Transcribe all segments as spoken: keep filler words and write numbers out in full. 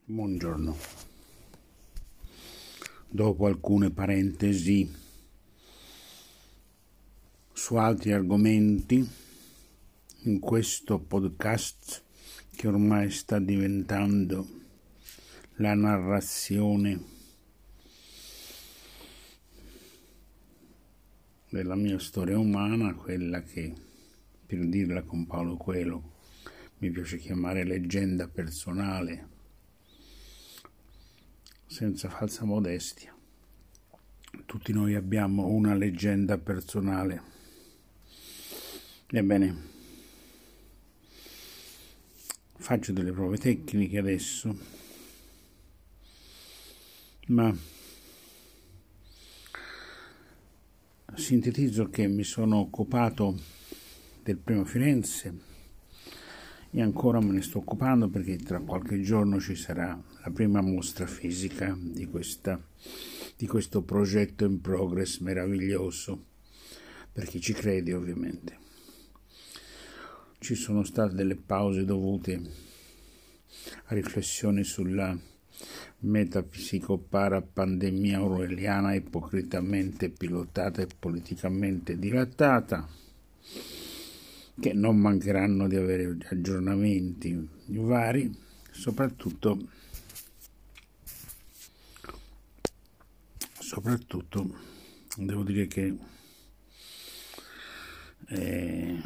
Buongiorno. Dopo alcune parentesi su altri argomenti, in questo podcast che ormai sta diventando la narrazione della mia storia umana, quella che, per dirla con Paolo Coelho, mi piace chiamare leggenda personale, senza falsa modestia. Tutti noi abbiamo una leggenda personale. Ebbene, faccio delle prove tecniche adesso, ma sintetizzo che mi sono occupato del Primo Firenze e ancora me ne sto occupando perché tra qualche giorno ci sarà la prima mostra fisica di, questa, di questo progetto in progress meraviglioso, per chi ci crede ovviamente. Ci sono state delle pause dovute a riflessioni sulla metafisico-parapandemia orwelliana ipocritamente pilotata e politicamente dilattata, che non mancheranno di avere aggiornamenti vari, soprattutto soprattutto devo dire che eh,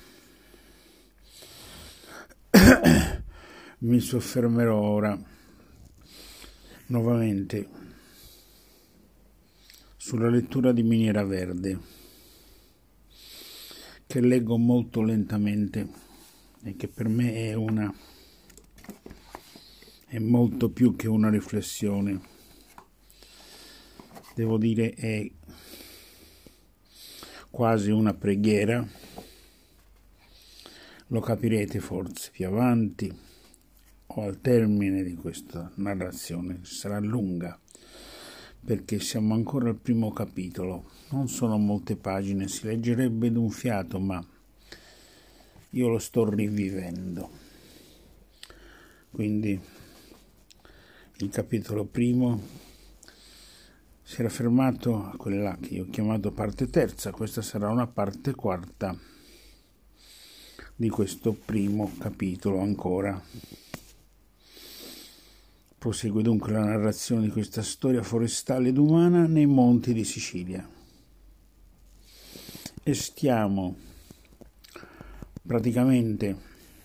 mi soffermerò ora nuovamente sulla lettura di Miniera Verde, che leggo molto lentamente e che per me è una è molto più che una riflessione, devo dire è quasi una preghiera. Lo capirete forse più avanti o al termine di questa narrazione, che sarà lunga perché siamo ancora al primo capitolo, non sono molte pagine, si leggerebbe d'un fiato, ma io lo sto rivivendo. Quindi il capitolo primo si era fermato a quella che io ho chiamato parte terza, questa sarà una parte quarta di questo primo capitolo ancora. Prosegue dunque la narrazione di questa storia forestale ed umana nei monti di Sicilia. E stiamo praticamente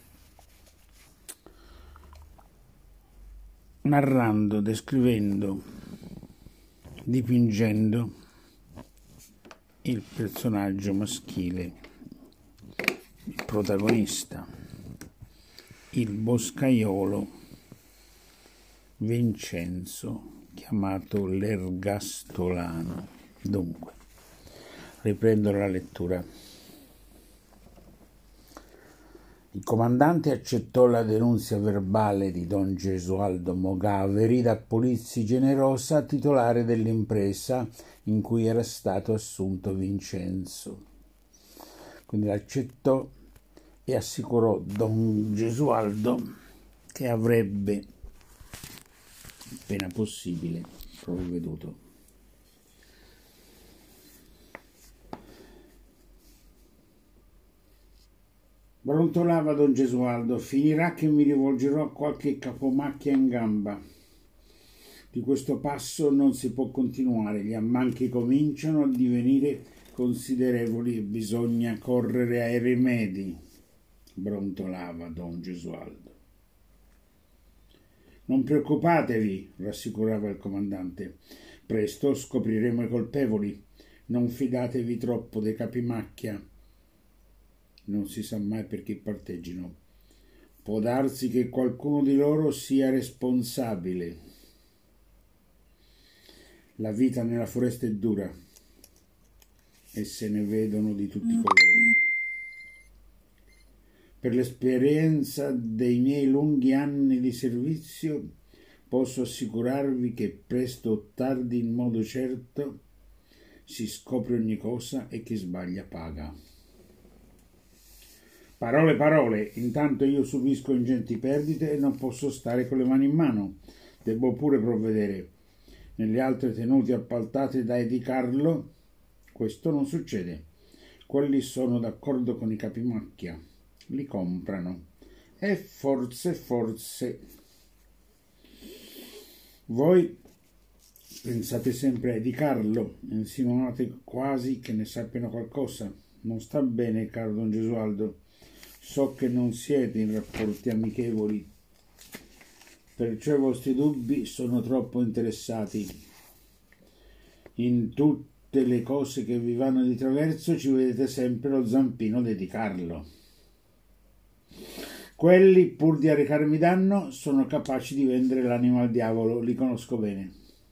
narrando, descrivendo, dipingendo il personaggio maschile, il protagonista, il boscaiolo Vincenzo, chiamato l'Ergastolano. Dunque, riprendo la lettura. Il comandante accettò la denunzia verbale di don Gesualdo Mogaveri da Polizzi Generosa, titolare dell'impresa in cui era stato assunto Vincenzo. Quindi l'accettò e assicurò don Gesualdo che avrebbe appena possibile provveduto. Brontolava don Gesualdo: finirà che mi rivolgerò a qualche capomacchia in gamba. Di questo passo non si può continuare, gli ammanchi cominciano a divenire considerevoli e bisogna correre ai rimedi. Brontolava don Gesualdo. Non preoccupatevi, rassicurava il comandante. Presto scopriremo i colpevoli. Non fidatevi troppo dei capimacchia. Non si sa mai per chi parteggino. Può darsi che qualcuno di loro sia responsabile. La vita nella foresta è dura e se ne vedono di tutti i colori. Per l'esperienza dei miei lunghi anni di servizio posso assicurarvi che presto o tardi, in modo certo, si scopre ogni cosa e chi sbaglia paga. Parole, parole, intanto io subisco ingenti perdite e non posso stare con le mani in mano. Devo pure provvedere. Nelle altre tenute appaltate da Di Carlo questo non succede. Quelli sono d'accordo con i capimacchia, li comprano. E forse, forse... Voi pensate sempre a Di Carlo, insinuate quasi che ne sappiano qualcosa. Non sta bene, caro Don Gesualdo. So che non siete in rapporti amichevoli, perciò i vostri dubbi sono troppo interessati. In tutte le cose che vi vanno di traverso ci vedete sempre lo zampino di Di Carlo. Quelli, pur di arrecarmi danno, sono capaci di vendere l'anima al diavolo, li conosco bene.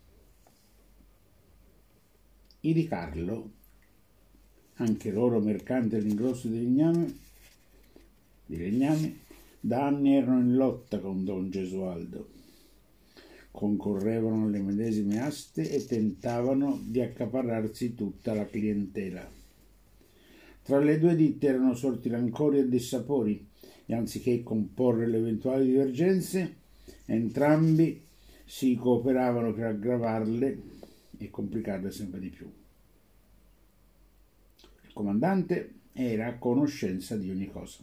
I Di Carlo, anche loro mercanti all'ingrosso di legname, di legname, da anni erano in lotta con Don Gesualdo. Concorrevano alle medesime aste e tentavano di accaparrarsi tutta la clientela. Tra le due ditte erano sorti rancori e dissapori e anziché comporre le eventuali divergenze, entrambi si cooperavano per aggravarle e complicarle sempre di più. Il comandante era a conoscenza di ogni cosa.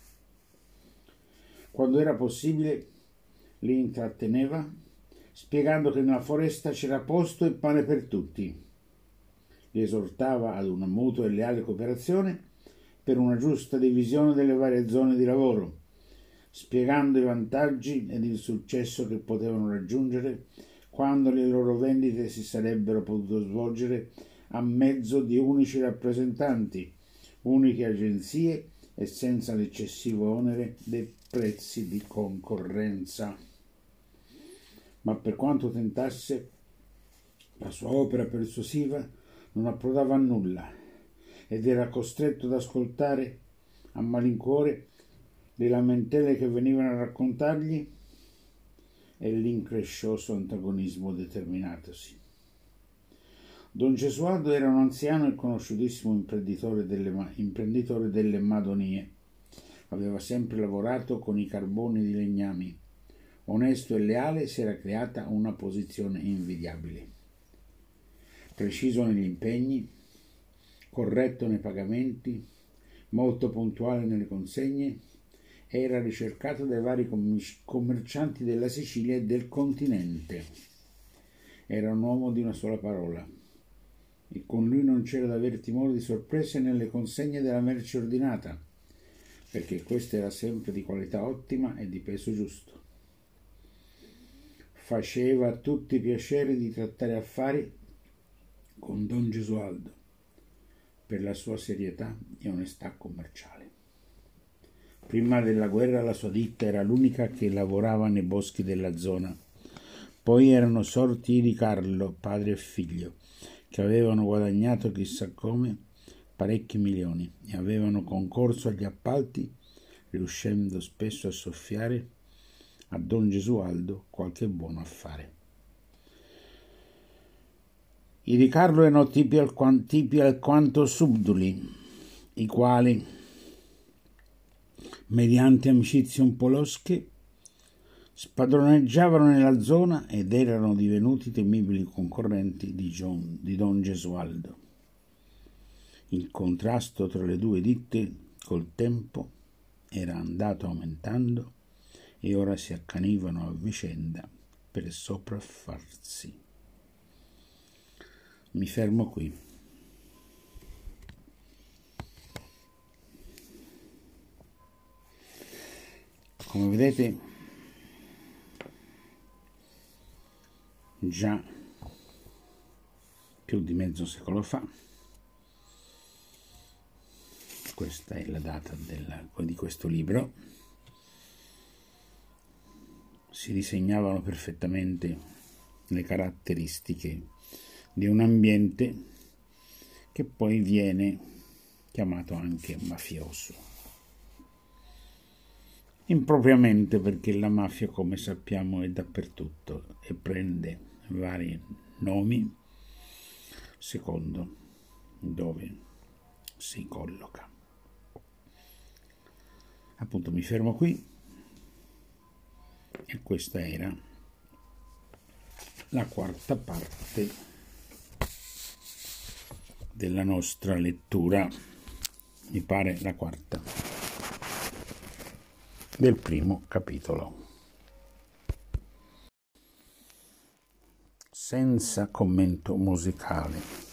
Quando era possibile li intratteneva, spiegando che nella foresta c'era posto e pane per tutti. Li esortava ad una mutua e leale cooperazione per una giusta divisione delle varie zone di lavoro, spiegando i vantaggi ed il successo che potevano raggiungere quando le loro vendite si sarebbero potute svolgere a mezzo di unici rappresentanti, uniche agenzie e senza l'eccessivo onere dei prezzi di concorrenza. Ma per quanto tentasse, la sua opera persuasiva non approdava a nulla ed era costretto ad ascoltare a malincuore le lamentele che venivano a raccontargli e l'increscioso antagonismo determinatosi. Don Gesualdo era un anziano e conosciutissimo imprenditore delle, imprenditore delle Madonie. Aveva sempre lavorato con i carboni di legnami. Onesto e leale, si era creata una posizione invidiabile. Preciso negli impegni, corretto nei pagamenti, molto puntuale nelle consegne, era ricercato dai vari commercianti della Sicilia e del continente. Era un uomo di una sola parola e con lui non c'era da aver timore di sorprese nelle consegne della merce ordinata, perché questa era sempre di qualità ottima e di peso giusto. Faceva a tutti piacere di trattare affari con Don Gesualdo per la sua serietà e onestà commerciale. Prima della guerra la sua ditta era l'unica che lavorava nei boschi della zona. Poi erano sorti i Di Carlo, padre e figlio, che avevano guadagnato chissà come parecchi milioni e avevano concorso agli appalti, riuscendo spesso a soffiare a Don Gesualdo qualche buon affare. I Di Carlo erano tipi, alquan, tipi alquanto subdoli, i quali, mediante amicizie un po' losche, spadroneggiavano nella zona ed erano divenuti temibili concorrenti di, John, di Don Gesualdo. Il contrasto tra le due ditte col tempo era andato aumentando e ora si accanivano a vicenda per sopraffarsi. Mi fermo qui. Come vedete, già più di mezzo secolo fa, questa è la data della, di questo libro, si disegnavano perfettamente le caratteristiche di un ambiente che poi viene chiamato anche mafioso. Impropriamente, perché la mafia, come sappiamo, è dappertutto e prende vari nomi secondo dove si colloca. Appunto mi fermo qui e questa era la quarta parte della nostra lettura, mi pare la quarta del primo capitolo. Senza commento musicale.